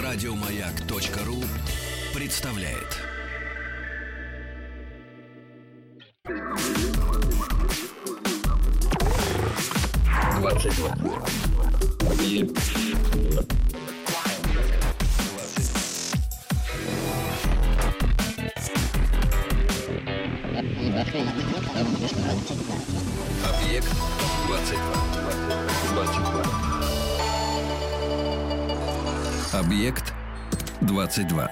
Радиомаяк.ру представляет. Объект 22. Объект 22.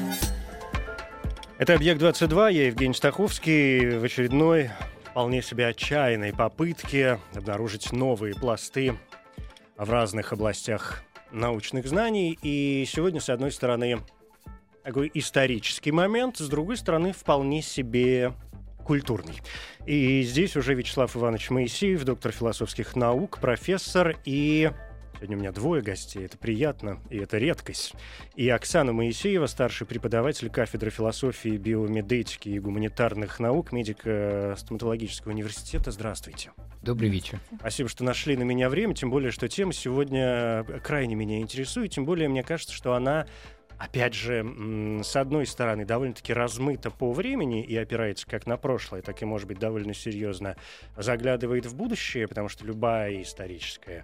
Это «Объект-22», я Евгений Стаховский в очередной вполне себе отчаянной попытке обнаружить новые пласты в разных областях научных знаний. И сегодня, с одной стороны, такой исторический момент, с другой стороны, вполне себе культурный. И здесь уже Вячеслав Иванович Моисеев, доктор философских наук, профессор, и сегодня у меня двое гостей, это приятно, и это редкость. И Оксана Моисеева, старший преподаватель кафедры философии, биомедэтики и гуманитарных наук, медико-стоматологического университета. Здравствуйте. Добрый вечер. Спасибо, что нашли на меня время, тем более, что тема сегодня крайне меня интересует, тем более, мне кажется, что она, опять же, с одной стороны, довольно-таки размыта по времени и опирается как на прошлое, так и, может быть, довольно серьезно заглядывает в будущее, потому что любое историческое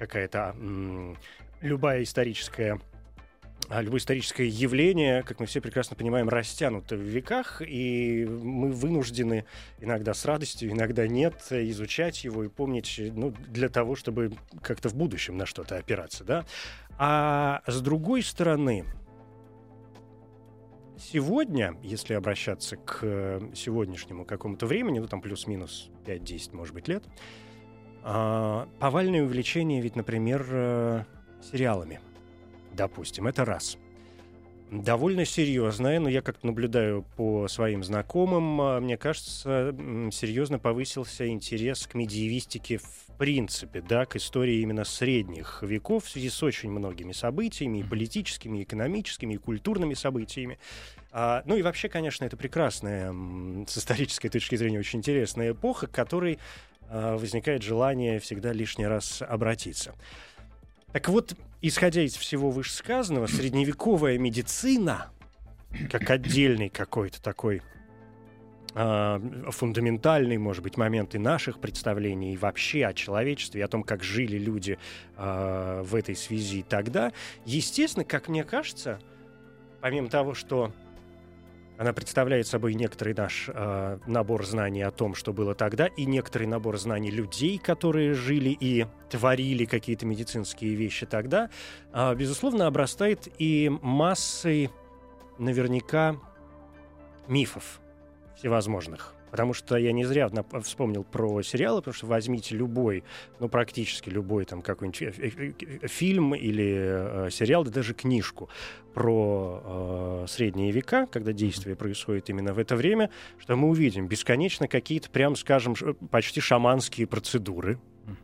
явление, как мы все прекрасно понимаем, растянуто в веках, и мы вынуждены иногда с радостью, иногда нет, изучать его и помнить, для того, чтобы как-то в будущем на что-то опираться, да? А с другой стороны, сегодня, если обращаться к сегодняшнему какому-то времени, там плюс-минус 5-10, может быть, лет, повальное увлечение ведь, например, сериалами, допустим, это раз. Довольно серьезное, но я как-то наблюдаю по своим знакомым, мне кажется, серьезно повысился интерес к медиевистике в принципе, да, к истории именно средних веков в связи с очень многими событиями, и политическими, и экономическими, и культурными событиями. И вообще, конечно, это прекрасная, с исторической точки зрения, очень интересная эпоха, к которой возникает желание всегда лишний раз обратиться. Так вот, исходя из всего вышесказанного, средневековая медицина, как отдельный какой-то такой фундаментальный, может быть, момент и наших представлений, и вообще о человечестве, и о том, как жили люди в этой связи тогда, естественно, как мне кажется, помимо того, что она представляет собой некоторый наш набор знаний о том, что было тогда, и некоторый набор знаний людей, которые жили и творили какие-то медицинские вещи тогда, безусловно, обрастает и массой, наверняка, мифов всевозможных. Потому что я не зря вспомнил про сериалы, потому что возьмите любой, практически любой там какой-нибудь фильм или сериал, да даже книжку про средние века, когда действие происходит именно в это время, что мы увидим бесконечно какие-то, прям скажем, почти шаманские процедуры,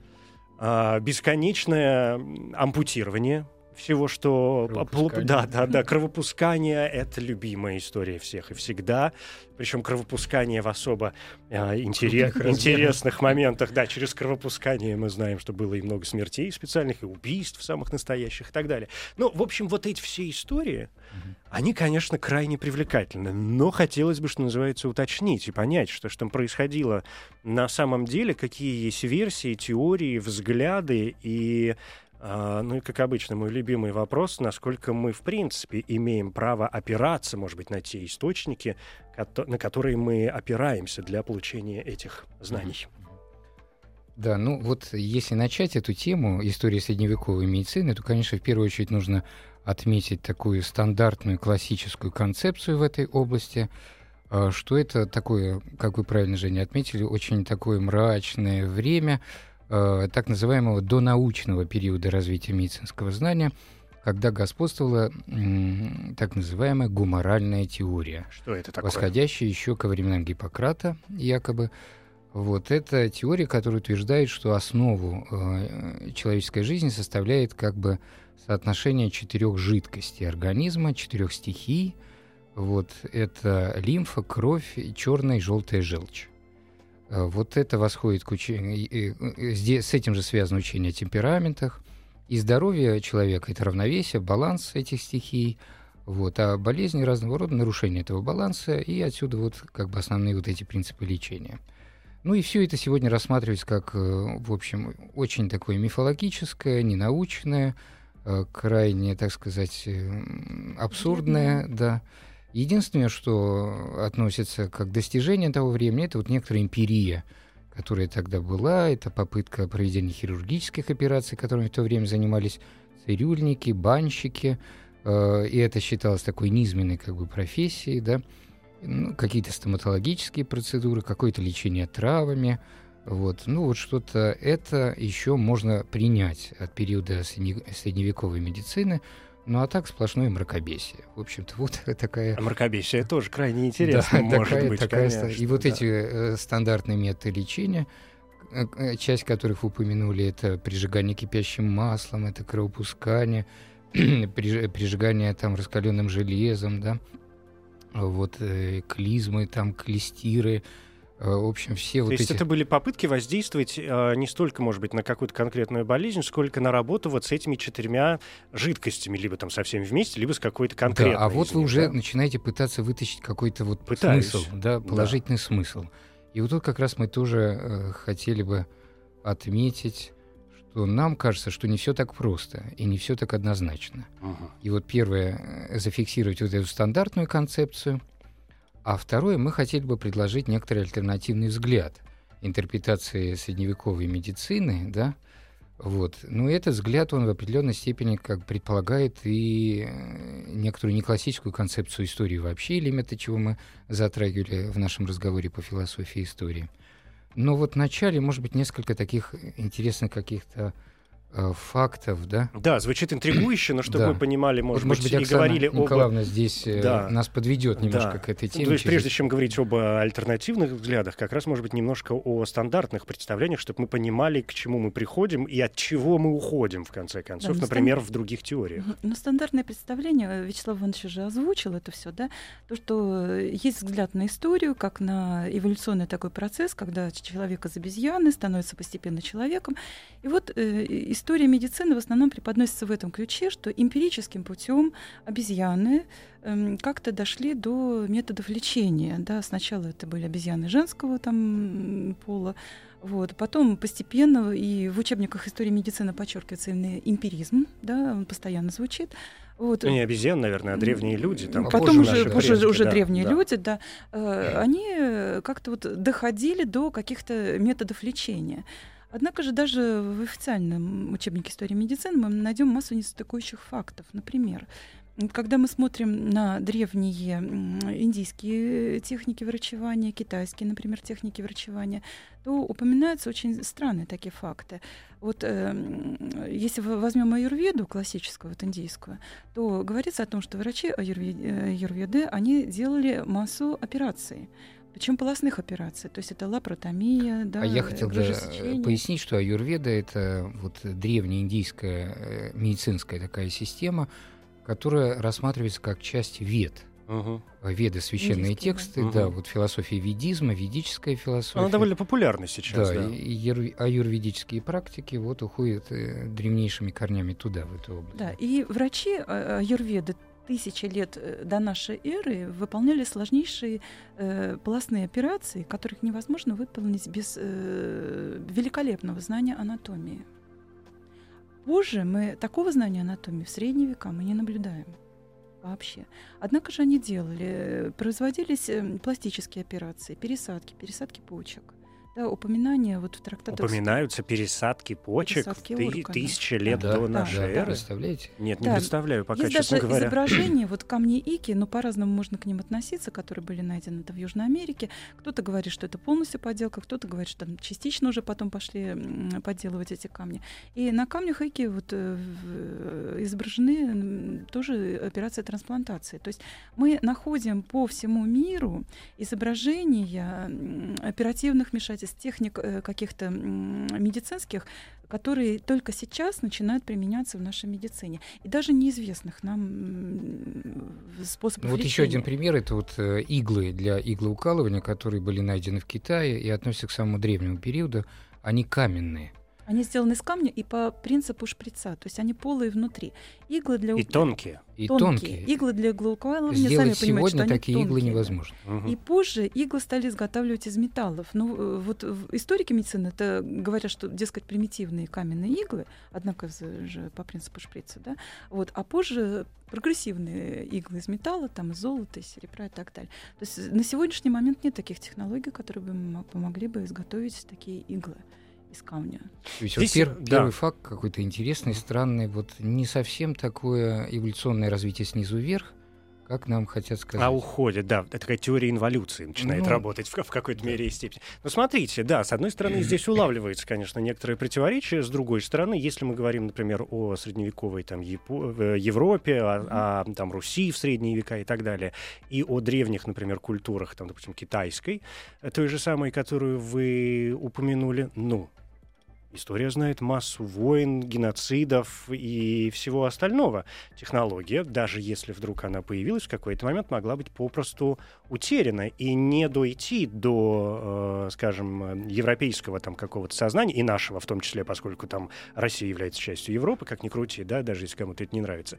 бесконечное ампутирование всего, что... Кровопускание — это любимая история всех и всегда. Причем кровопускание в особо интересных моментах. Да, через кровопускание мы знаем, что было и много смертей специальных, и убийств самых настоящих и так далее. В общем, вот эти все истории, они, конечно, крайне привлекательны. Но хотелось бы, что называется, уточнить и понять, что там происходило на самом деле, какие есть версии, теории, взгляды и... и, как обычно, мой любимый вопрос, насколько мы, в принципе, имеем право опираться, может быть, на те источники, на которые мы опираемся для получения этих знаний. Да, если начать эту тему истории средневековой медицины, то, конечно, в первую очередь нужно отметить такую стандартную классическую концепцию в этой области, что это такое, как вы правильно, Женя, отметили, очень такое мрачное время, так называемого донаучного периода развития медицинского знания, когда господствовала так называемая гуморальная теория. Что это такое? Восходящая еще ко временам Гиппократа, якобы. Это теория, которая утверждает, что основу человеческой жизни составляет соотношение 4 жидкостей организма, 4 стихий. Это лимфа, кровь, черная и желтая желчь. Это восходит к учению. С этим же связано учение о темпераментах, И здоровье человека — это равновесие, баланс этих стихий, вот, а болезни разного рода — нарушение этого баланса, и отсюда вот как бы основные вот эти принципы лечения. Ну и все это сегодня рассматривается как, в общем, очень такое мифологическое, ненаучное, крайне, так сказать, абсурдное, да. Единственное, что относится как достижение того времени, это вот некоторая эмпирия, которая тогда была, это попытка проведения хирургических операций, которыми в то время занимались цирюльники, банщики, и это считалось такой низменной как бы профессией, да, ну, какие-то стоматологические процедуры, какое-то лечение травами, вот, ну вот что-то это еще можно принять от периода средневековой медицины. Ну, а так сплошное мракобесие. В общем-то, вот такая... А мракобесие тоже крайне интересно, да, может быть, конечно. И вот эти стандартные методы лечения, часть которых вы упомянули, это прижигание кипящим маслом, это кровопускание, прижигание там раскаленным железом, да, вот клизмы, там клестиры, в общем, все То вот есть эти... это были попытки воздействовать не столько, может быть, на какую-то конкретную болезнь, сколько на работу вот с этими 4 жидкостями, либо там со всеми вместе, либо с какой-то конкретной. Да, а вот из вы них, уже да? начинаете пытаться вытащить какой-то вот Пытаюсь. смысл, да, положительный смысл. И вот тут как раз мы тоже хотели бы отметить, что нам кажется, что не все так просто и не все так однозначно. Угу. И вот первое, зафиксировать вот эту стандартную концепцию, а второе, мы хотели бы предложить некоторый альтернативный взгляд интерпретации средневековой медицины, да, вот. Но этот взгляд, он в определенной степени как предполагает и некоторую неклассическую концепцию истории вообще, элементы, чего мы затрагивали в нашем разговоре по философии истории. Но вот в начале, может быть, несколько таких интересных каких-то фактов, да? Да, звучит интригующе, но чтобы Да. мы понимали, может быть, и Оксана говорили Николаевна здесь Да. нас подведет немножко Да. к этой теме. То есть прежде чем говорить об альтернативных взглядах, как раз, может быть, немножко о стандартных представлениях, чтобы мы понимали, к чему мы приходим и от чего мы уходим, в конце концов, Да, например, в других теориях. Но стандартное представление, Вячеслав Иванович уже озвучил это все, да, то, что есть взгляд на историю, как на эволюционный такой процесс, когда человек из обезьяны становится постепенно человеком. И вот история медицины в основном преподносится в этом ключе, что эмпирическим путем обезьяны как-то дошли до методов лечения. Да. Сначала это были обезьяны женского там, пола, вот. Потом постепенно, и в учебниках истории медицины подчеркивается именно эмпиризм, да, он постоянно звучит. Вот. Ну, не обезьян, наверное, а древние люди. Там Потом позже наши предки, уже да, древние да. люди, да, они как-то вот доходили до каких-то методов лечения. Однако же даже в официальном учебнике истории медицины мы найдем массу несостыкующих фактов. Например, когда мы смотрим на древние индийские техники врачевания, китайские, например, техники врачевания, то упоминаются очень странные такие факты. Вот если возьмем аюрведу классическую, вот индийскую, то говорится о том, что врачи аюрведы, они делали массу операций. Причем полостных операций, то есть это лапаротомия, да, А я хотел бы грыжесечение. пояснить, что аюрведа — это вот древняя индийская медицинская такая система, которая рассматривается как часть вед. Угу. Веды — священные Индийские, тексты, да. да, вот философия ведизма, ведическая философия. Она довольно популярна сейчас. Да, Да. и аюрведические практики вот уходят древнейшими корнями туда, в эту область. Да, и врачи аюрведы 1000 лет до нашей эры выполняли сложнейшие полостные операции, которых невозможно выполнить без великолепного знания анатомии. Позже мы такого знания анатомии в средние века мы не наблюдаем вообще. Однако же они делали, производились пластические операции, пересадки почек. Да, упоминания вот в трактатах... Упоминаются пересадки почек Пересадки в органов. 1000 лет Да, до да, нашей да, эры. представляете? Нет, не Да. представляю пока, Есть честно даже говоря. изображения вот камней Ики, но по-разному можно к ним относиться, которые были найдены в Южной Америке. Кто-то говорит, что это полностью подделка, кто-то говорит, что там частично уже потом пошли подделывать эти камни. И на камнях Ики вот изображены тоже операции трансплантации. То есть мы находим по всему миру изображения оперативных вмешательств, техник каких-то медицинских, которые только сейчас начинают применяться в нашей медицине. И даже неизвестных нам способов Вот лечения. еще один пример — это вот иглы для иглоукалывания, которые были найдены в Китае и относятся к самому древнему периоду. Они каменные. Они сделаны из камня и по принципу шприца, то есть они полые внутри. Иглы для И тонкие. И тонкие. Иглы для иглоукалывания, Сделать сами понимаете, что сегодня они такие иглы тонкие, да. невозможно. И позже иглы стали изготавливать из металлов. Ну, вот историки медицины это говорят, что, дескать, примитивные каменные иглы, однако же по принципу шприца, да, вот, а позже прогрессивные иглы из металла, там, из золота, из серебра и так далее. То есть на сегодняшний момент нет таких технологий, которые бы помогли бы изготовить такие иглы из камня. То есть Здесь, вот да. первый факт какой-то интересный, странный, вот не совсем такое эволюционное развитие снизу вверх, как нам хотят сказать. А уходит, да. Это такая теория инволюции начинает Ну, работать в какой-то мере и степени. Но смотрите, да, с одной стороны, здесь улавливается, конечно, некоторые противоречия. С другой стороны, если мы говорим, например, о средневековой там, Европе, о там, Руси в средние века и так далее, и о древних, например, культурах, там, допустим, китайской, той же самой, которую вы упомянули, история знает массу войн, геноцидов и всего остального. Технология, даже если вдруг она появилась в какой-то момент, могла быть попросту утеряна и не дойти до, скажем, европейского там какого-то сознания, и нашего в том числе, поскольку там Россия является частью Европы, как ни крути, да, даже если кому-то это не нравится.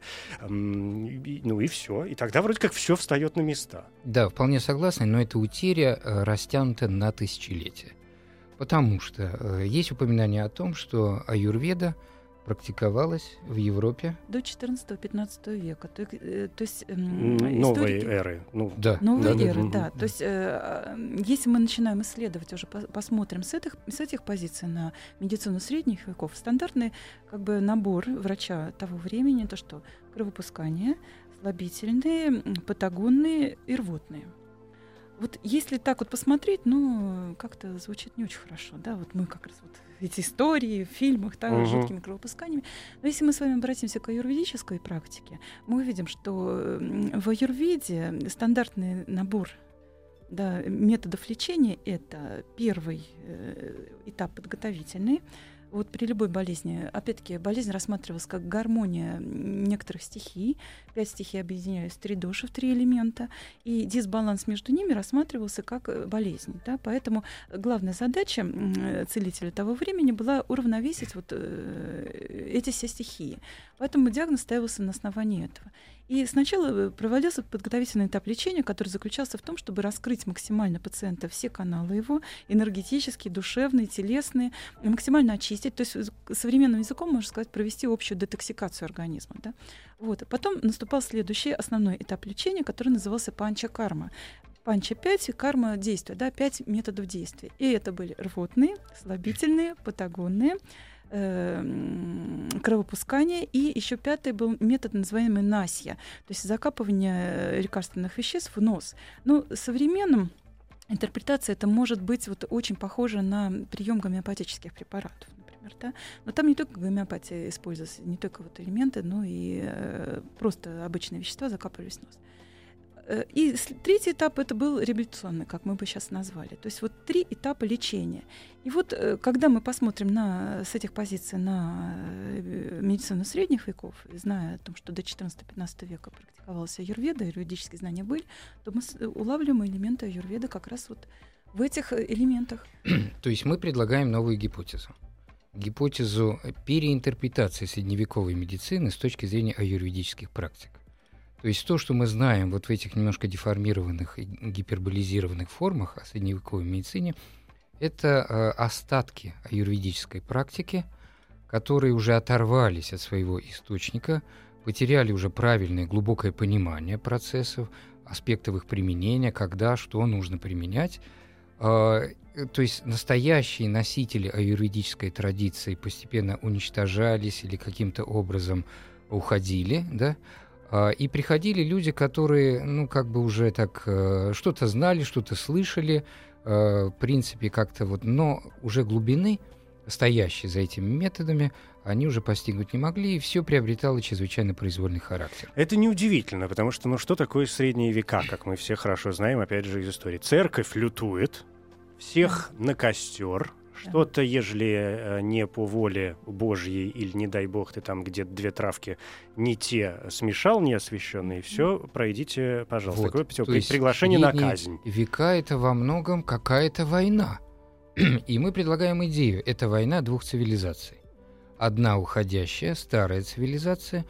И все. И тогда вроде как все встает на места. Да, вполне согласен, но эта утеря растянута на тысячелетия. Потому что есть упоминание о том, что аюрведа практиковалась в Европе До 14-15 века. То есть Новой историки... эры. Да. Новой Да. эры, да. То есть если мы начинаем исследовать, уже посмотрим с этих позиций на медицину средних веков, стандартный как бы набор врача того времени, то что кровопускание, слабительные, патагонные и рвотные. Вот если так вот посмотреть, как-то звучит не очень хорошо, да, вот мы как раз вот эти истории в фильмах, с жуткими кровопусканиями. Но если мы с вами обратимся к аюрведической практике, мы увидим, что в аюрведе стандартный набор методов лечения — это первый этап подготовительный. Вот при любой болезни, опять-таки, болезнь рассматривалась как гармония некоторых стихий. 5 стихий объединяются в 3 доши, в 3 элемента, и дисбаланс между ними рассматривался как болезнь. Да? Поэтому главная задача целителя того времени была уравновесить эти все стихии. Поэтому диагноз ставился на основании этого. И сначала проводился подготовительный этап лечения, который заключался в том, чтобы раскрыть максимально пациента все каналы его, энергетические, душевные, телесные, максимально очистить. То есть современным языком, можно сказать, провести общую детоксикацию организма. Да? Вот. Потом наступал следующий основной этап лечения, который назывался панча-карма. Панча 5, карма действия, 5 методов действия. И это были рвотные, слабительные, патагонные, кровопускание, и еще 5-й был метод, называемый насья, то есть закапывание лекарственных веществ в нос. Но современным интерпретация это может быть очень похожа на прием гомеопатических препаратов, например, да? Но там не только гомеопатия используется, не только элементы, но и просто обычные вещества закапывались в нос. И 3-й этап это был реабилитационный, как мы бы сейчас назвали. То есть 3 этапа лечения. И когда мы посмотрим с этих позиций на медицину средних веков, зная о том, что до 14-15 века практиковалась аюрведа, юридические знания были, то мы улавливаем элементы аюрведы как раз в этих элементах. То есть мы предлагаем новую гипотезу. Гипотезу переинтерпретации средневековой медицины с точки зрения аюрведических практик. То есть то, что мы знаем в этих немножко деформированных и гиперболизированных формах о средневековой медицине, это остатки аюрведической практики, которые уже оторвались от своего источника, потеряли уже правильное глубокое понимание процессов, аспектов их применения, когда, что нужно применять. То есть настоящие носители аюрведической традиции постепенно уничтожались или каким-то образом уходили, да? И приходили люди, которые, уже так что-то знали, что-то слышали, в принципе, как-то но уже глубины, стоящей за этими методами, они уже постигнуть не могли, и все приобретало чрезвычайно произвольный характер. Это неудивительно, потому что, что такое средние века, как мы все хорошо знаем, опять же, из истории. Церковь лютует, всех на костер. Что-то, ежели не по воле Божьей, или, не дай бог, ты там где-то 2 травки не те смешал, неосвященные, все, пройдите, пожалуйста. Такое приглашение на казнь. Века — это во многом какая-то война. И мы предлагаем идею. Это война двух цивилизаций. Одна уходящая, старая цивилизация,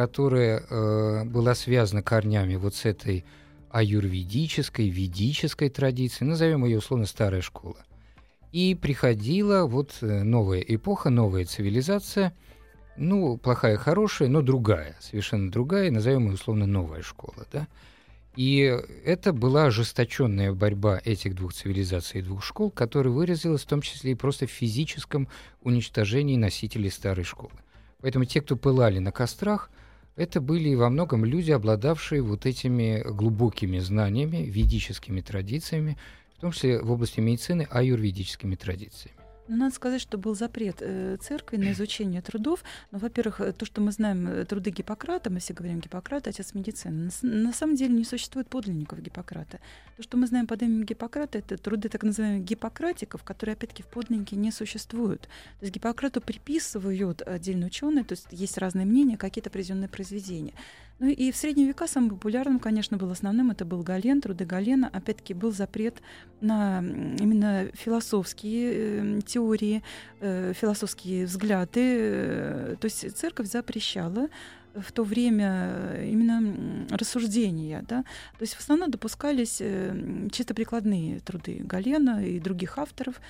которая была связана корнями вот с этой аюрведической, ведической традицией, назовем ее условно старая школа. И приходила вот новая эпоха, новая цивилизация, ну, плохая, хорошая, но другая, совершенно другая, назовем ее условно новая школа, да. И это была ожесточенная борьба этих двух цивилизаций и двух школ, которая выразилась в том числе и просто в физическом уничтожении носителей старой школы. Поэтому те, кто пылали на кострах, это были во многом люди, обладавшие вот этими глубокими знаниями, ведическими традициями, в том числе в области медицины, аюрведическими традициями. Надо сказать, что был запрет церкви на изучение трудов. Но, во-первых, то, что мы знаем труды Гиппократа, мы все говорим Гиппократ, отец медицины, на самом деле не существует подлинников Гиппократа. То, что мы знаем под именем Гиппократа, это труды так называемых гиппократиков, которые, опять-таки, в подлиннике не существуют. То есть Гиппократу приписывают отдельные ученые, то есть есть разные мнения, какие-то определенные произведения. Ну и в средние века самым популярным, конечно, был основным, это был Гален, труды Галена. Опять-таки был запрет на именно философские теории, философские взгляды. То есть церковь запрещала в то время именно рассуждения. Да? То есть в основном допускались чисто прикладные труды Галена и других авторов,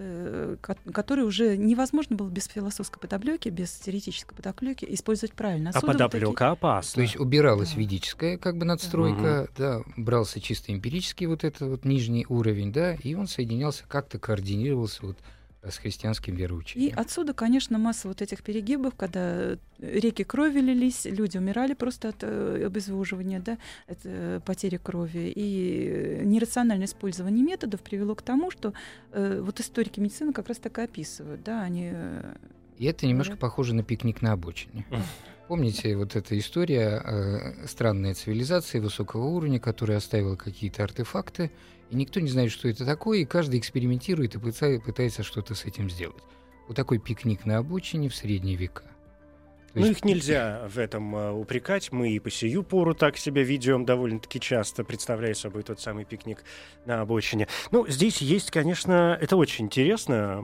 которые уже невозможно было без философской подоплеки, без теоретической подоплеки использовать правильно. А подоплека опасна. То есть убиралась ведическая как бы надстройка, да, брался чисто эмпирический вот этот вот нижний уровень, да, и он соединялся, как-то координировался вот с христианским вероучением. И отсюда, конечно, масса вот этих перегибов, когда реки крови лились, люди умирали просто от обезвоживания, да, от потери крови. И нерациональное использование методов привело к тому, что вот историки медицины как раз так и описывают. Да, они... И это немножко похоже на пикник на обочине. Помните вот эта история странной цивилизации высокого уровня, которая оставила какие-то артефакты, и никто не знает, что это такое, и каждый экспериментирует и пытается что-то с этим сделать. Вот такой пикник на обочине в средние века. Ну, их нельзя в этом упрекать. Мы и по сию пору так себя ведем довольно-таки часто, представляя собой тот самый пикник на обочине. Ну, здесь есть, конечно, это очень интересно.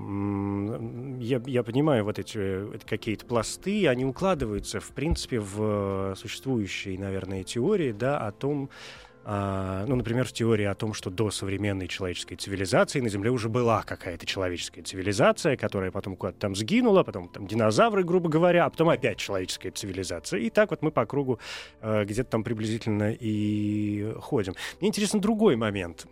Я понимаю, вот эти какие-то пласты, они укладываются, в принципе, в существующие, наверное, теории, да, о том, ну, например, в теории о том, что до современной человеческой цивилизации на Земле уже была какая-то человеческая цивилизация, которая потом куда-то там сгинула, потом там динозавры, грубо говоря, а потом опять человеческая цивилизация. И так вот мы по кругу где-то там приблизительно и ходим. Мне интересен другой момент.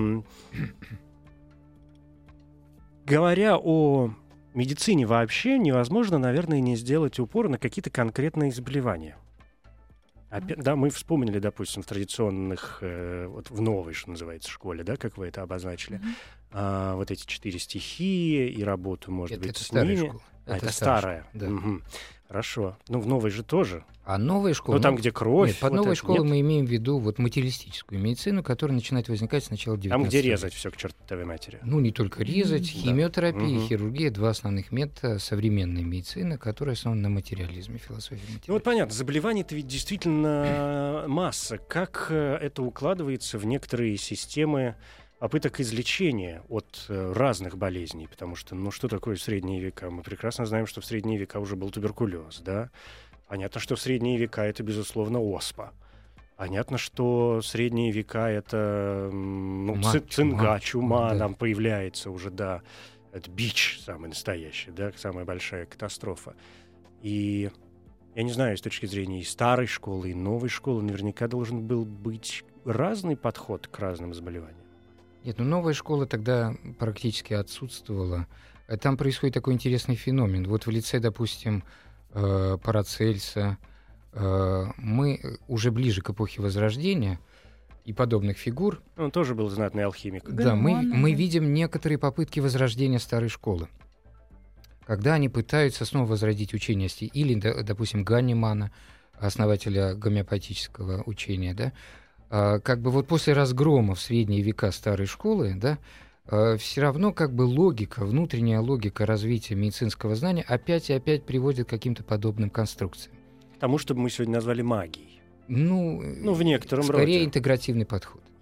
Говоря о медицине вообще, невозможно, наверное, не сделать упор на какие-то конкретные заболевания. Да, мы вспомнили, допустим, в традиционных, вот в новой, что называется, школе, да, как вы это обозначили, вот эти 4 стихии и работу, может быть, с ними. Школа. Это старая. Да. Угу. Хорошо. Ну, в новой же тоже. А новая школа... Ну, там, где кровь... Нет, под вот новой школой нет? мы имеем в виду вот материалистическую медицину, которая начинает возникать с начала 19 Там, где века. резать все к чертовой матери. Ну, не только резать, химиотерапия, Мгм. хирургия — два основных метода современной медицины, которые основаны на материализме, философии материализма. Ну, вот понятно, заболеваний-то ведь действительно масса. Как это укладывается в некоторые системы попыток излечения от разных болезней? Потому что, ну, что такое средние века? Мы прекрасно знаем, что в средние века уже был туберкулез, да? Понятно, что в средние века это, безусловно, оспа. Понятно, что средние века это цинга, чума да. нам появляется уже, да. Это бич самый настоящий, да, самая большая катастрофа. И я не знаю, с точки зрения и старой школы, и новой школы, наверняка должен был быть разный подход к разным заболеваниям. Нет, ну новая школа тогда практически отсутствовала. Там происходит такой интересный феномен. Вот в лице, допустим, Парацельса, мы уже ближе к эпохе Возрождения и подобных фигур. Он тоже был знатный алхимик. Да, мы видим некоторые попытки возрождения старой школы. Когда они пытаются снова возродить учение или, допустим, Ганемана, основателя гомеопатического учения, да, как бы вот после разгрома в средние века старой школы, да, все равно как бы логика, внутренняя логика развития медицинского знания опять и опять приводит к каким-то подобным конструкциям. К тому, что мы сегодня назвали магией. Ну, в некотором роде. Скорее интегративный подход.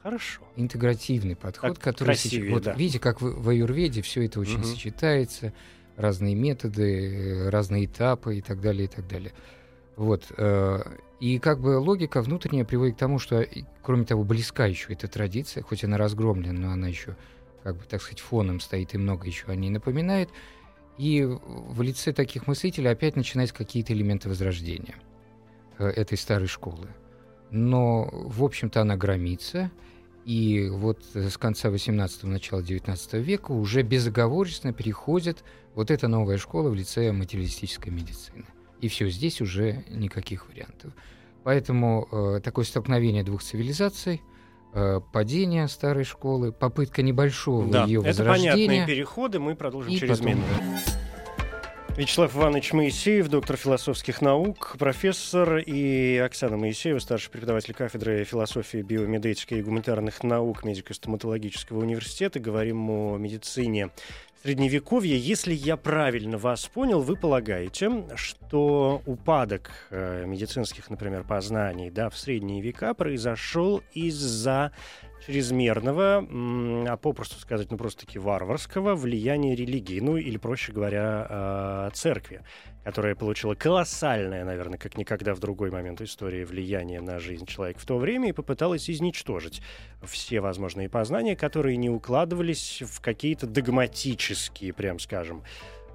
Хорошо. Интегративный подход, Так который красивее, вот да. видите, как в аюрведе все это очень сочетается, разные методы, разные этапы и так далее, и так далее. Вот. И как бы логика внутренняя приводит к тому, что, кроме того, близка еще эта традиция, хоть она разгромлена, но она еще, как бы, так сказать, фоном стоит и много еще о ней напоминает. И в лице таких мыслителей опять начинаются какие-то элементы возрождения этой старой школы. Но, в общем-то, она громится. И вот с конца XVIII, начала XIX века уже безоговорочно переходит вот эта новая школа в лице материалистической медицины. И все, здесь уже никаких вариантов. Поэтому такое столкновение двух цивилизаций, падение старой школы, попытка небольшого ее возрождения. Это понятные переходы, мы продолжим через потом, минуту. Вячеслав Иванович Моисеев, доктор философских наук, профессор, и Оксана Моисеева, старший преподаватель кафедры философии, биомедицики и гуманитарных наук Медико-стоматологического университета. Говорим о медицине Средневековья. Если я правильно вас понял, вы полагаете, что упадок медицинских, например, познаний, да, в средние века произошел из-за чрезмерного, а попросту сказать, просто-таки варварского влияния религии, ну или, проще говоря, церкви, которая получила колоссальное, наверное, как никогда в другой момент истории влияние на жизнь человека в то время и попыталась изничтожить все возможные познания, которые не укладывались в какие-то догматические, прям скажем,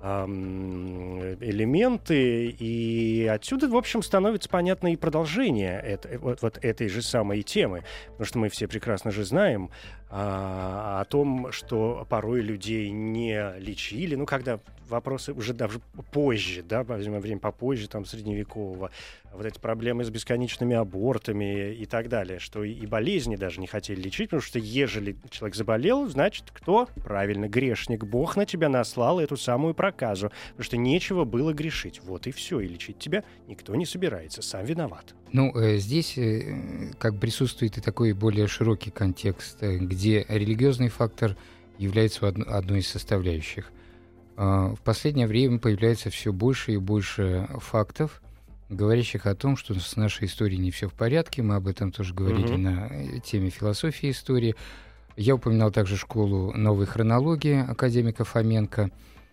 элементы, и отсюда, в общем, становится понятно и продолжение этой же самой темы, потому что мы все прекрасно же знаем о том, что порой людей не лечили, когда вопросы уже даже позже, да, возьмем время попозже, там, средневекового, вот эти проблемы с бесконечными абортами и так далее, что и болезни даже не хотели лечить, потому что ежели человек заболел, значит, кто? Правильно, грешник. Бог на тебя наслал эту самую проказу, потому что нечего было грешить. Вот и все, и лечить тебя никто не собирается, сам виноват. Здесь как присутствует и такой более широкий контекст, где религиозный фактор является одной из составляющих. В последнее время появляется все больше и больше фактов, говорящих о том, что с нашей историей не все в порядке. Мы об этом тоже говорили на теме философии истории. Я упоминал также школу новой хронологии академика Фоменко.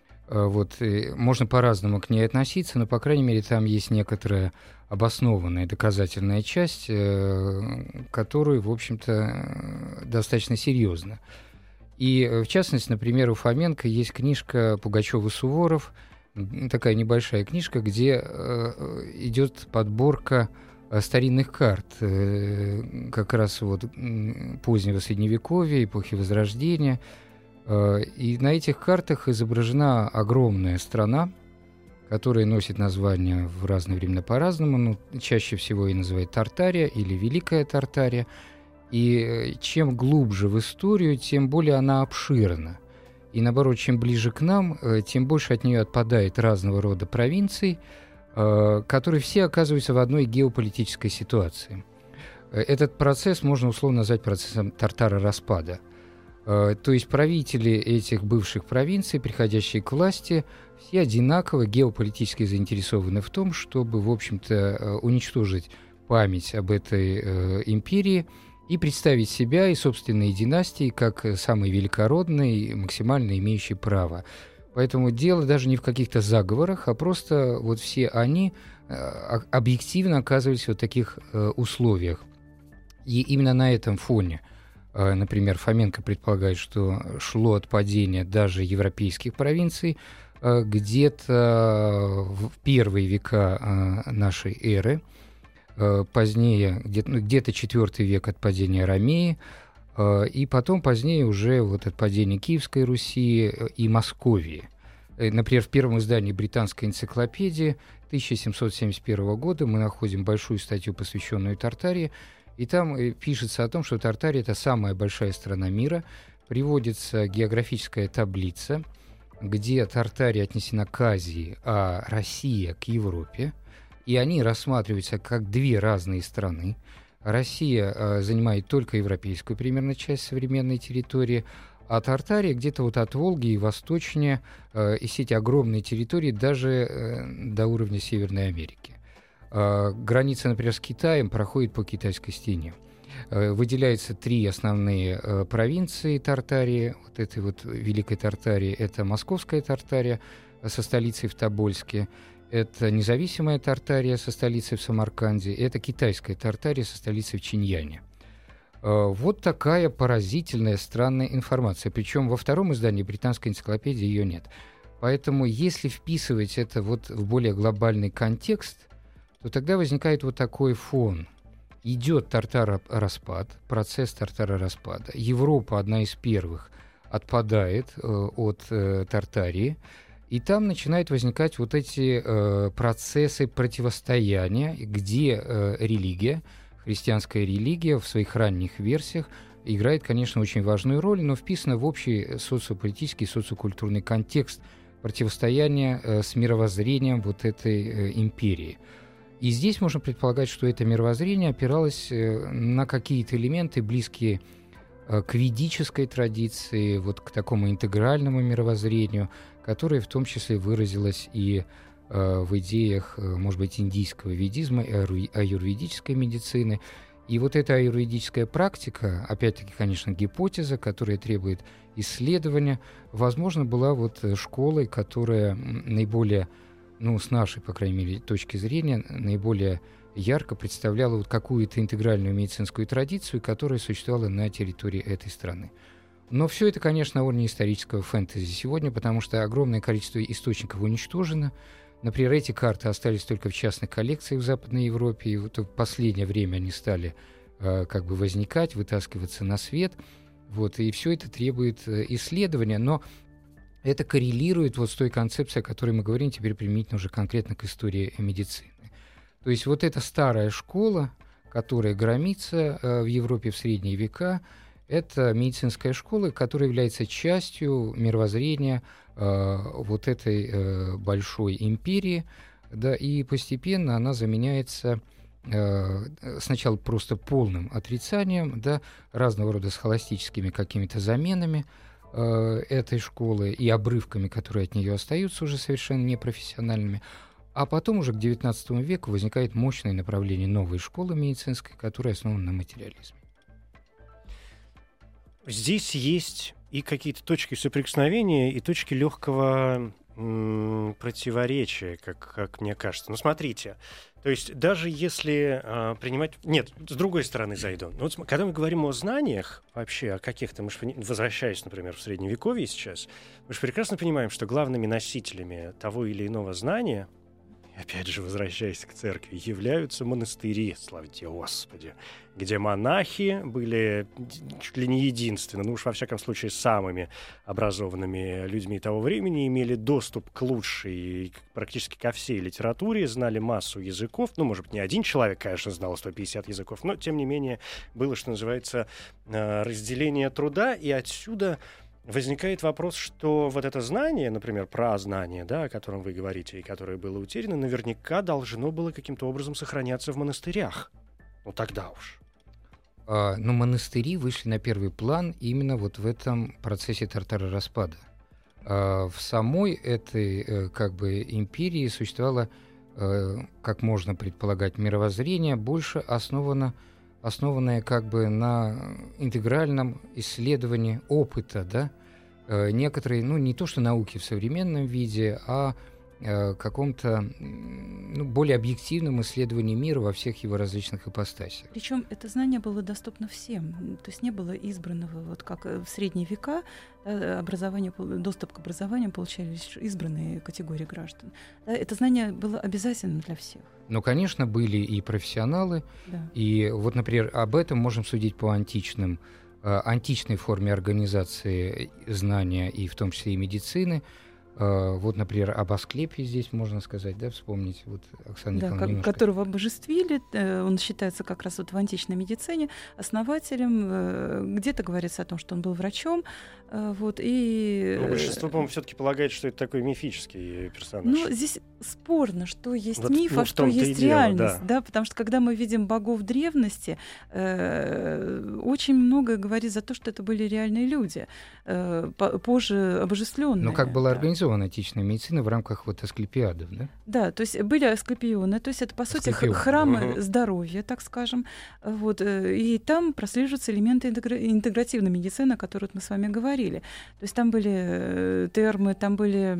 Можно по-разному к ней относиться, но, по крайней мере, там есть некоторая обоснованная доказательная часть, которую, в общем-то, достаточно серьезно. И, в частности, например, у Фоменко есть книжка Пугачёв-Суворов, такая небольшая книжка, где идет подборка старинных карт, как раз позднего Средневековья, эпохи Возрождения. И на этих картах изображена огромная страна, которая носит название в разные времена по-разному, чаще всего ее называют Тартария или Великая Тартария. И чем глубже в историю, тем более она обширна. И наоборот, чем ближе к нам, тем больше от нее отпадает разного рода провинций, которые все оказываются в одной геополитической ситуации. Этот процесс можно условно назвать процессом Тартаро-распада. То есть правители этих бывших провинций, приходящие к власти, все одинаково геополитически заинтересованы в том, чтобы, в общем-то, уничтожить память об этой империи и представить себя и собственные династии как самые великородные, максимально имеющие право. Поэтому дело даже не в каких-то заговорах, а просто все они объективно оказывались в таких условиях. И именно на этом фоне, например, Фоменко предполагает, что шло отпадение даже европейских провинций где-то в первые века нашей эры, позднее, где-то IV век отпадения Ромеи, и потом позднее уже отпадение Киевской Руси и Московии. Например, в первом издании британской энциклопедии 1771 года мы находим большую статью, посвященную Тартарии, и там пишется о том, что Тартария — это самая большая страна мира, приводится географическая таблица, где Тартария отнесена к Азии, а Россия — к Европе. И они рассматриваются как две разные страны. Россия занимает только европейскую примерно часть современной территории, а Тартария где-то от Волги и восточнее, и все эти огромные территории даже до уровня Северной Америки. Граница, например, с Китаем проходит по Китайской стене. Выделяются 3 основные провинции Тартарии, вот этой вот Великой Тартарии. Это Московская Тартария со столицей в Тобольске, это независимая Тартария со столицей в Самарканде, это китайская Тартария со столицей в Чиньяне. Вот такая поразительная, странная информация. Причем во втором издании британской энциклопедии ее нет. Поэтому если вписывать это вот в более глобальный контекст, то тогда возникает вот такой фон. Идет тартаро-распад, процесс тартаро-распада. Европа, одна из первых, отпадает от Тартарии, и там начинают возникать вот эти процессы противостояния, где религия, христианская религия в своих ранних версиях играет, конечно, очень важную роль, но вписана в общий социополитический, социокультурный контекст противостояния с мировоззрением вот этой империи. И здесь можно предполагать, что это мировоззрение опиралось на какие-то элементы, близкие к ведической традиции, вот к такому интегральному мировоззрению, которое в том числе выразилось и в идеях, может быть, индийского ведизма, аюрведической медицины. И вот эта аюрведическая практика, опять-таки, конечно, гипотеза, которая требует исследования, возможно, была вот школой, которая наиболее, ну, с нашей, по крайней мере, точки зрения, наиболее ярко представляла вот какую-то интегральную медицинскую традицию, которая существовала на территории этой страны. Но все это, конечно, на уровне исторического фэнтези сегодня, потому что огромное количество источников уничтожено. Например, эти карты остались только в частных коллекциях в Западной Европе, и вот в последнее время они стали как бы возникать, вытаскиваться на свет. Вот, и все это требует исследования, но это коррелирует вот с той концепцией, о которой мы говорим теперь применительно уже конкретно к истории медицины. То есть вот эта старая школа, которая громится в Европе в средние века, это медицинская школа, которая является частью мировоззрения вот этой большой империи, да, и постепенно она заменяется сначала просто полным отрицанием, да, разного рода схоластическими какими-то заменами этой школы и обрывками, которые от нее остаются уже совершенно непрофессиональными. А потом уже к XIX веку возникает мощное направление новой школы медицинской, которая основана на материализме. Здесь есть и какие-то точки соприкосновения, и точки легкого противоречия, как мне кажется. Ну, смотрите, то есть даже если принимать... Нет, с другой стороны зайду. Ну, вот, когда мы говорим о знаниях, вообще о каких-то... Мы же, возвращаясь, например, в Средневековье сейчас, мы же прекрасно понимаем, что главными носителями того или иного знания, опять же, возвращаясь к церкви, являются монастыри, слава тебе, Господи, где монахи были чуть ли не единственными, ну уж во всяком случае самыми образованными людьми того времени, имели доступ к лучшей, практически ко всей литературе, знали массу языков, ну, может быть, не один человек, конечно, знал 150 языков, но, тем не менее, было, что называется, разделение труда, и отсюда... Возникает вопрос, что вот это знание, например, празнание, да, о котором вы говорите, и которое было утеряно, наверняка должно было каким-то образом сохраняться в монастырях. Ну, тогда уж. Но монастыри вышли на первый план именно вот в этом процессе тартаро-распада. В самой этой как бы империи существовало, как можно предполагать, мировоззрение, больше основанное как бы на интегральном исследовании опыта, да, некоторые, ну, не то что науки в современном виде, а каком-то более объективном исследовании мира во всех его различных ипостасях. Причем это знание было доступно всем, то есть не было избранного, вот как в средние века доступ к образованию получали лишь избранные категории граждан. Это знание было обязательным для всех. Но, конечно, были и профессионалы, да. И вот, например, об этом можем судить по античной форме организации знания, и в том числе и медицины. Вот, например, об Асклепии здесь можно сказать, да, вспомнить, вот Оксана Николаевна немножко. Которого обожествили, он считается как раз вот в античной медицине основателем, где-то говорится о том, что он был врачом, вот, и... Но большинство, по-моему, все-таки полагает, что это такой мифический персонаж. Ну, здесь спорно, что есть вот, миф, а что есть реальность, да, потому что когда мы видим богов древности, очень многое говорит за то, что это были реальные люди, позже обожествленные. Но как была организована организована античная медицина в рамках вот асклепиадов, да? Да, то есть были асклепионы, то есть это, по сути, Асклепион. храмы здоровья, так скажем. Вот, и там прослеживаются элементы интегративной медицины, о которой мы с вами говорили. То есть там были термы, там были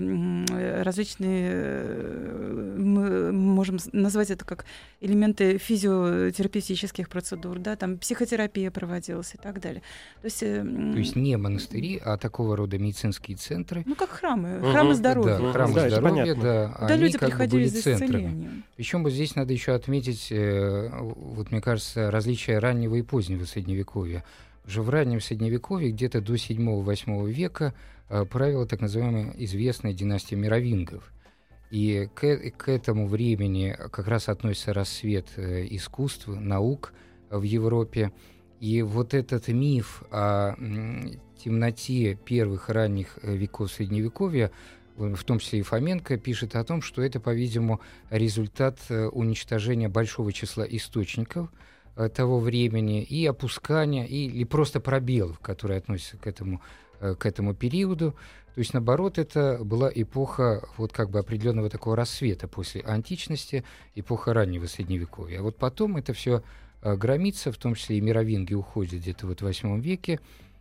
различные, мы можем назвать это как элементы физиотерапевтических процедур, да, там психотерапия проводилась и так далее. То есть не монастыри, а такого рода медицинские центры. Ну, как храмы здоровья. Да, храмы Да, здоровья, да. Куда Они люди как бы приходили были за центрами. исцелением. Причем вот здесь надо еще отметить, вот мне кажется, различия раннего и позднего Средневековья. Уже в раннем Средневековье, где-то до 7-8 века, правила так называемая известная династия мировингов. И к этому времени как раз относится расцвет искусств, наук в Европе. И вот этот миф о темноте первых ранних веков Средневековья, в том числе и Фоменко, пишет о том, что это, по-видимому, результат уничтожения большого числа источников того времени и опускания, или просто пробелов, которые относятся к этому периоду. То есть, наоборот, это была эпоха вот как бы определенного такого рассвета после античности, эпоха раннего Средневековья. А вот потом это все громится, в том числе и мировинги уходят где-то вот в VIII веке,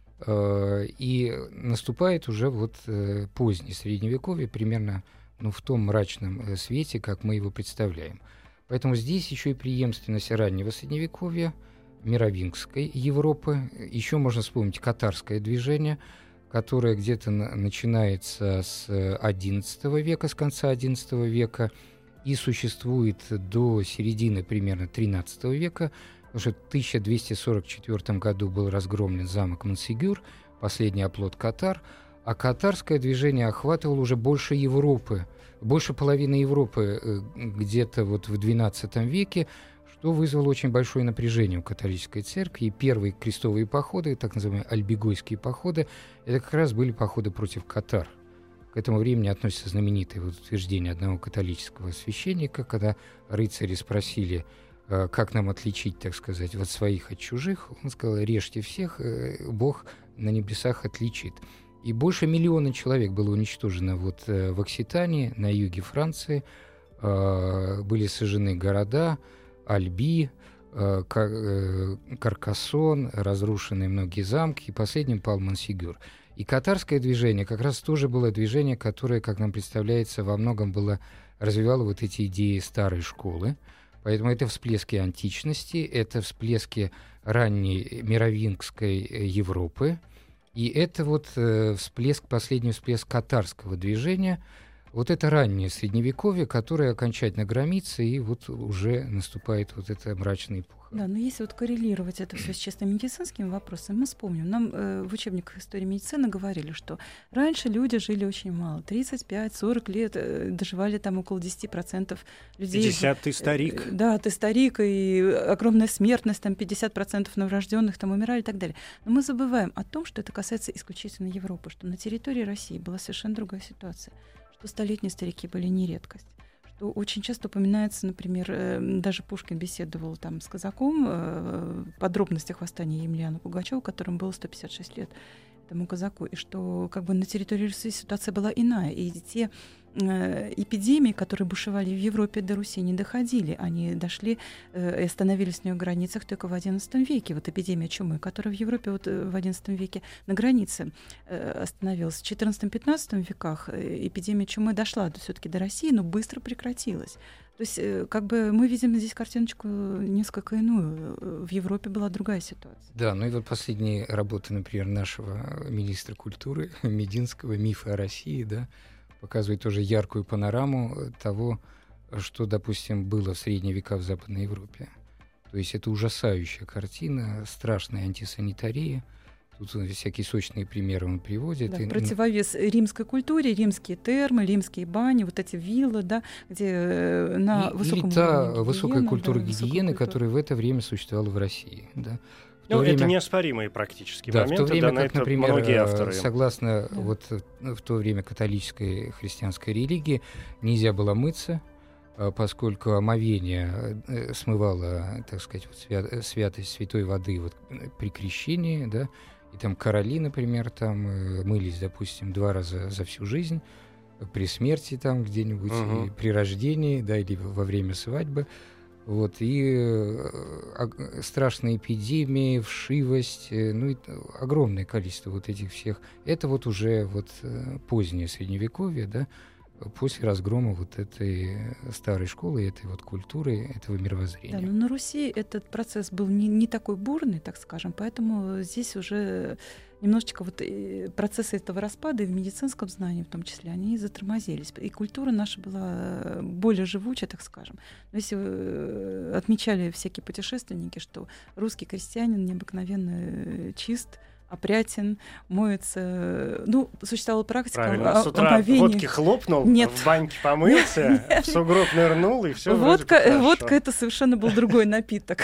и наступает уже вот позднее Средневековье, примерно в том мрачном свете, как мы его представляем. Поэтому здесь еще и преемственность раннего Средневековья, мировингской Европы. Еще можно вспомнить катарское движение, которое где-то начинается с XI века, с конца XI века, и существует до середины примерно XIII века, потому что в 1244 году был разгромлен замок Монсегюр, последний оплот Катар, а катарское движение охватывало уже больше Европы, больше половины Европы где-то вот в XII веке, что вызвало очень большое напряжение у католической церкви. И первые крестовые походы, так называемые альбегойские походы, это как раз были походы против катар. К этому времени относится знаменитое утверждение одного католического священника, когда рыцари спросили, как нам отличить, так сказать, вот своих от чужих. Он сказал: режьте всех, Бог на небесах отличит. И больше 1 миллиона человек было уничтожено вот в Окситании, на юге Франции. Были сожжены города, Альби, Каркасон, разрушены многие замки, и последним пал Монсегюр. И катарское движение как раз тоже было движение, которое, как нам представляется, во многом развивало вот эти идеи старой школы. Поэтому это всплески античности, это всплески ранней мировингской Европы, и это вот последний всплеск катарского движения. Вот это раннее Средневековье, которое окончательно громится, и вот уже наступает вот эта мрачная эпоха. Да, но если вот коррелировать это все с чисто медицинским вопросом, мы вспомним, нам в учебниках истории медицины говорили, что раньше люди жили очень мало, 35-40 лет, доживали там около 10% людей. 50 ты старик. Да, ты старик, и огромная смертность, там 50% новорожденных там умирали и так далее. Но мы забываем о том, что это касается исключительно Европы, что на территории России была совершенно другая ситуация, что столетние старики были не редкость. Что очень часто упоминается, например, даже Пушкин беседовал там с казаком в подробностях восстания Емельяна Пугачева, которому было 156 лет, этому казаку, и что как бы на территории Руси ситуация была иная, и те эпидемии, которые бушевали в Европе, до Руси не доходили. Они дошли и остановились на ее границах только в XI веке. Вот эпидемия чумы, которая в Европе вот в XI веке на границе остановилась. В XIV-XV веках эпидемия чумы дошла все-таки до России, но быстро прекратилась. То есть как бы мы видим здесь картиночку несколько иную. В Европе была другая ситуация. Да, ну и вот последние работы, например, нашего министра культуры Мединского «Мифы о России», да, показывает тоже яркую панораму того, что, допустим, было в средние века в Западной Европе. То есть это ужасающая картина, страшная антисанитария. Тут всякие сочные примеры он приводит. Да, противовес римской культуре, римские термы, римские бани, вот эти виллы, да, где на высоком уровне та гигиены, высокая культура да, гигиены, которая в это время существовала в России. Да. Ну, время... это неоспоримые практически да, моменты, в то время, да, как, на это например, многие авторы. Согласно вот в то время католической христианской религии нельзя было мыться, поскольку омовение смывало, так сказать, вот святость святой воды вот при крещении, да, и там короли, например, там мылись, допустим, 2 раза за всю жизнь, при смерти там где-нибудь, и при рождении, да, или во время свадьбы. Вот, и страшные эпидемии, вшивость, ну, и огромное количество вот этих всех. Это вот уже вот позднее Средневековье, да, после разгрома вот этой старой школы, этой вот культуры, этого мировоззрения. Да, но на Руси этот процесс был не такой бурный, так скажем, поэтому здесь уже немножечко вот процессы этого распада и в медицинском знании в том числе, они затормозились. И культура наша была более живучая, так скажем. Но если отмечали всякие путешественники, что русский крестьянин необыкновенно чист, опрятен, моется. Ну, существовала практика Правильно, с утра водки хлопнул, Нет. в баньке помылся, в сугроб нырнул, и все. Водка это совершенно был другой напиток.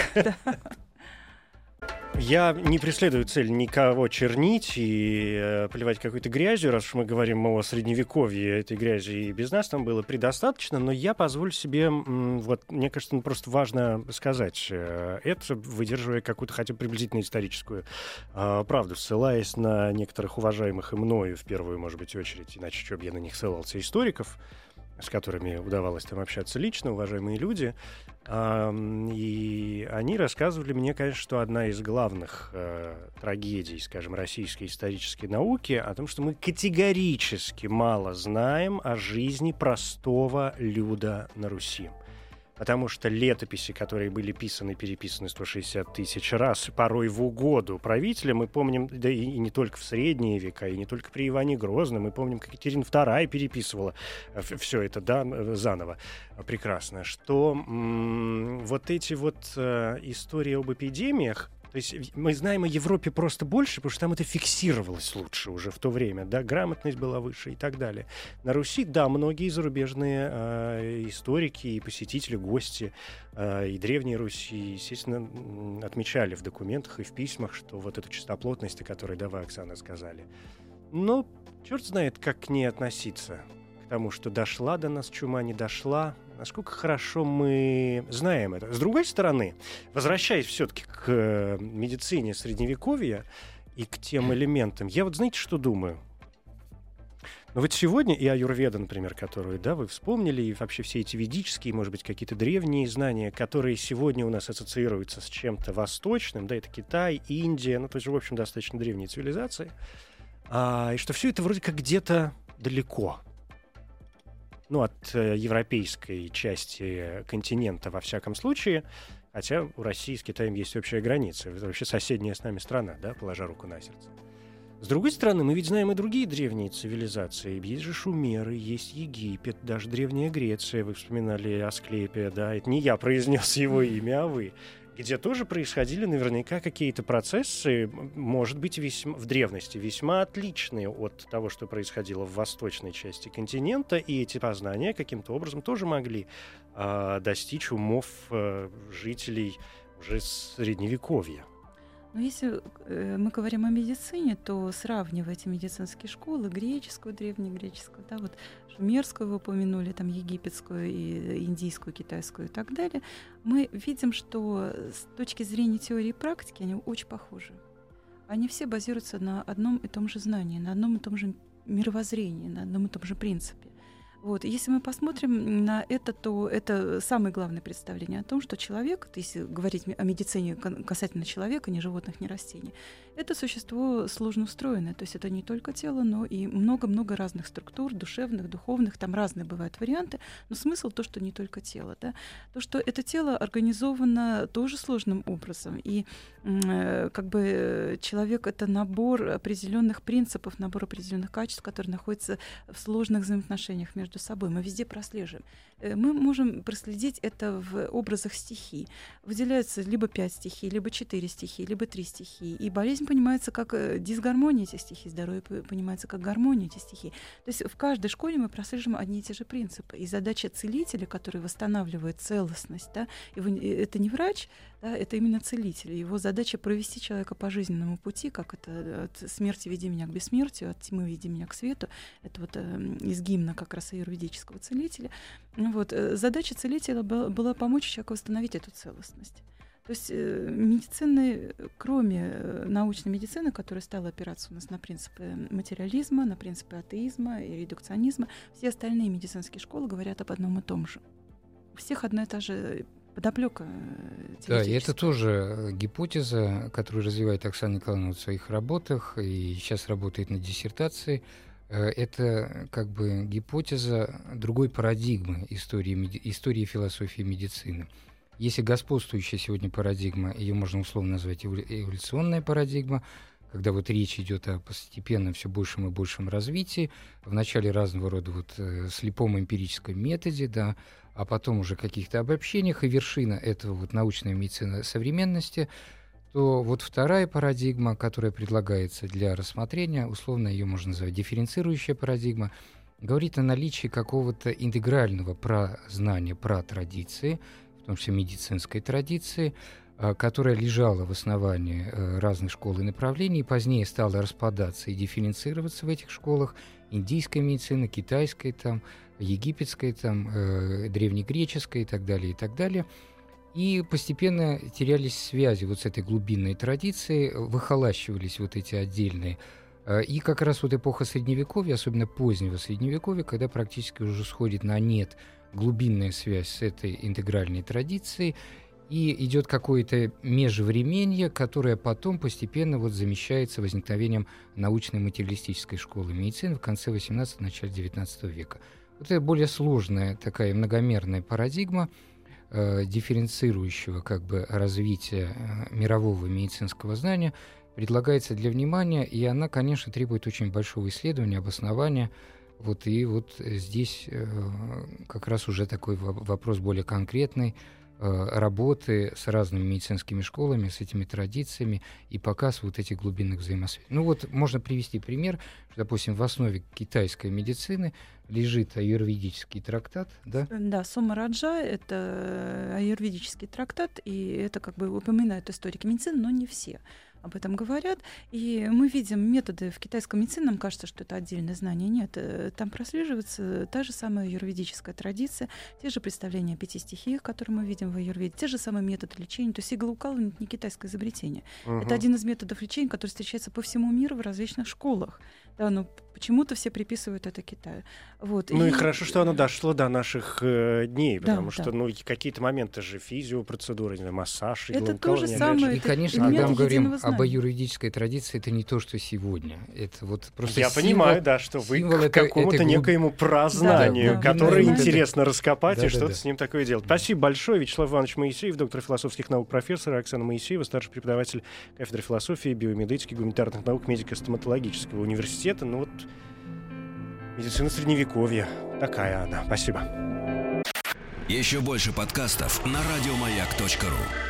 Я не преследую цель никого чернить и поливать какой-то грязью, раз уж мы говорим о Средневековье, этой грязи и без нас там было предостаточно, но я позволю себе, вот, мне кажется, просто важно сказать это, выдерживая какую-то хотя бы приблизительно историческую правду, ссылаясь на некоторых уважаемых и мною, в первую, может быть, очередь, иначе что бы я на них ссылался, историков, с которыми удавалось там общаться лично, уважаемые люди. И они рассказывали мне, конечно, что одна из главных трагедий, скажем, российской исторической науки о том, что мы категорически мало знаем о жизни простого люда на Руси. Потому что летописи, которые были переписаны 160 тысяч раз, порой в угоду правителям, мы помним, да и не только в средние века, и не только при Иване Грозном, мы помним, как Екатерина II переписывала все это, да, заново. Прекрасно. Что вот эти вот истории об эпидемиях, то есть мы знаем о Европе просто больше, потому что там это фиксировалось лучше уже в то время, да, грамотность была выше и так далее. На Руси, да, многие зарубежные историки и посетители, гости и Древней Руси, естественно, отмечали в документах и в письмах, что вот эту чистоплотность, о которой, да, вы, Оксана, сказали. Но черт знает, как к ней относиться. К тому, что дошла до нас чума, не дошла. Насколько хорошо мы знаем это. С другой стороны, возвращаясь все-таки к медицине Средневековья и к тем элементам, я вот знаете, что думаю? Ну вот сегодня и аюрведа, например, которую, да, вы вспомнили, и вообще все эти ведические, может быть, какие-то древние знания, которые сегодня у нас ассоциируются с чем-то восточным, да, это Китай, Индия, ну, то есть, в общем, достаточно древние цивилизации, и что все это вроде как где-то далеко. Ну, от европейской части континента, во всяком случае, хотя у России с Китаем есть общая граница. Это вообще соседняя с нами страна, да, положа руку на сердце. С другой стороны, мы ведь знаем и другие древние цивилизации. Есть же шумеры, есть Египет, даже Древняя Греция. Вы вспоминали Асклепия, да, это не я произнес его имя, а вы. Где тоже происходили наверняка какие-то процессы, может быть, в древности весьма отличные от того, что происходило в восточной части континента, и эти познания каким-то образом тоже могли достичь умов жителей уже Средневековья. Но если мы говорим о медицине, то сравнивая эти медицинские школы, греческую, древнегреческую, да, вот шумерскую вы упомянули, там египетскую, и индийскую, китайскую и так далее, мы видим, что с точки зрения теории и практики они очень похожи. Они все базируются на одном и том же знании, на одном и том же мировоззрении, на одном и том же принципе. Вот. Если мы посмотрим на это, то это самое главное представление о том, что человек, если говорить о медицине касательно человека, ни животных, ни растений, это существо сложно устроенное. То есть это не только тело, но и много-много разных структур, душевных, духовных, там разные бывают варианты, но смысл то, что не только тело. Да? То, что это тело организовано тоже сложным образом, и как бы человек — это набор определенных принципов, набор определенных качеств, которые находятся в сложных взаимоотношениях между собой. Мы везде прослеживаем. Мы можем проследить это в образах стихий. Выделяются либо 5 стихий, либо 4 стихии, либо 3 стихии. И болезнь понимается как дисгармония этих стихий, здоровье понимается как гармония этих стихий. То есть в каждой школе мы прослеживаем одни и те же принципы. И задача целителя, который восстанавливает целостность, да, это не врач, да, это именно целитель. Его задача провести человека по жизненному пути, как это от смерти веди меня к бессмертию, от тьмы веди меня к свету. Это вот из гимна как раз аюрведического целителя. Вот. Задача целителя была помочь человеку восстановить эту целостность. То есть медицины, кроме научной медицины, которая стала опираться у нас на принципы материализма, на принципы атеизма и редукционизма, все остальные медицинские школы говорят об одном и том же. У всех одна и та же подоплека теоретическая. Да, и это тоже гипотеза, которую развивает Оксана Николаевна в своих работах, и сейчас работает над диссертацией. Это как бы гипотеза другой парадигмы истории философии медицины. Если господствующая сегодня парадигма, ее можно условно назвать эволюционная парадигма, когда вот речь идет о постепенном все большем и большем развитии, в начале разного рода слепом эмпирическом методе, да, а потом уже каких-то обобщениях, и вершина этого научная медицина современности, то вот вторая парадигма, которая предлагается для рассмотрения, условно ее можно назвать дифференцирующая парадигма, говорит о наличии какого-то интегрального празнания, пратрадиции, в том числе медицинской традиции, которая лежала в основании разных школ и направлений, и позднее стала распадаться и дифференцироваться в этих школах: индийская медицина, китайская, египетская, древнегреческая и так далее, и так далее. И постепенно терялись связи с этой глубинной традицией, выхолащивались эти отдельные. И как раз эпоха Средневековья, особенно позднего Средневековья, когда практически уже сходит на нет глубинная связь с этой интегральной традицией, и идет какое-то межвременье, которое потом постепенно замещается возникновением научной материалистической школы медицины в конце XVIII – начале XIX века. Это более сложная такая многомерная парадигма дифференцирующего развития мирового медицинского знания предлагается для внимания, и она, конечно, требует очень большого исследования, обоснования. И здесь как раз уже такой вопрос более конкретный, работы с разными медицинскими школами, с этими традициями и показ этих глубинных взаимосвязей. Можно привести пример. Допустим, в основе китайской медицины лежит аюрведический трактат. Да, Сома Раджа — это аюрведический трактат, и это упоминают историки медицины, но не все об этом говорят. И мы видим методы в китайской медицине, нам кажется, что это отдельное знание. Нет, там прослеживается та же самая аюрведическая традиция, те же представления о 5 стихиях, которые мы видим в аюрведе, те же самые методы лечения. То есть иглоукалывание — это не китайское изобретение. Это один из методов лечения, который встречается по всему миру в различных школах. Да, но почему-то все приписывают это Китаю. И хорошо, что оно дошло до наших дней, потому что какие-то моменты же физиопроцедуры, массаж, это то же самое. И, конечно, когда мы говорим об аюрведической традиции, это не то, что сегодня. Это просто я понимаю, что вы к какому-то некоему празнанию, которое интересно раскопать и что-то с ним такое делать. Спасибо большое. Вячеслав Иванович Моисеев, доктор философских наук, профессор, Оксана Моисеева, старший преподаватель кафедры философии, биомедицинских, гуманитарных наук, медико-стоматологического университета. Медицина Средневековья. Такая она. Спасибо. Еще больше подкастов на радиомаяк.ру.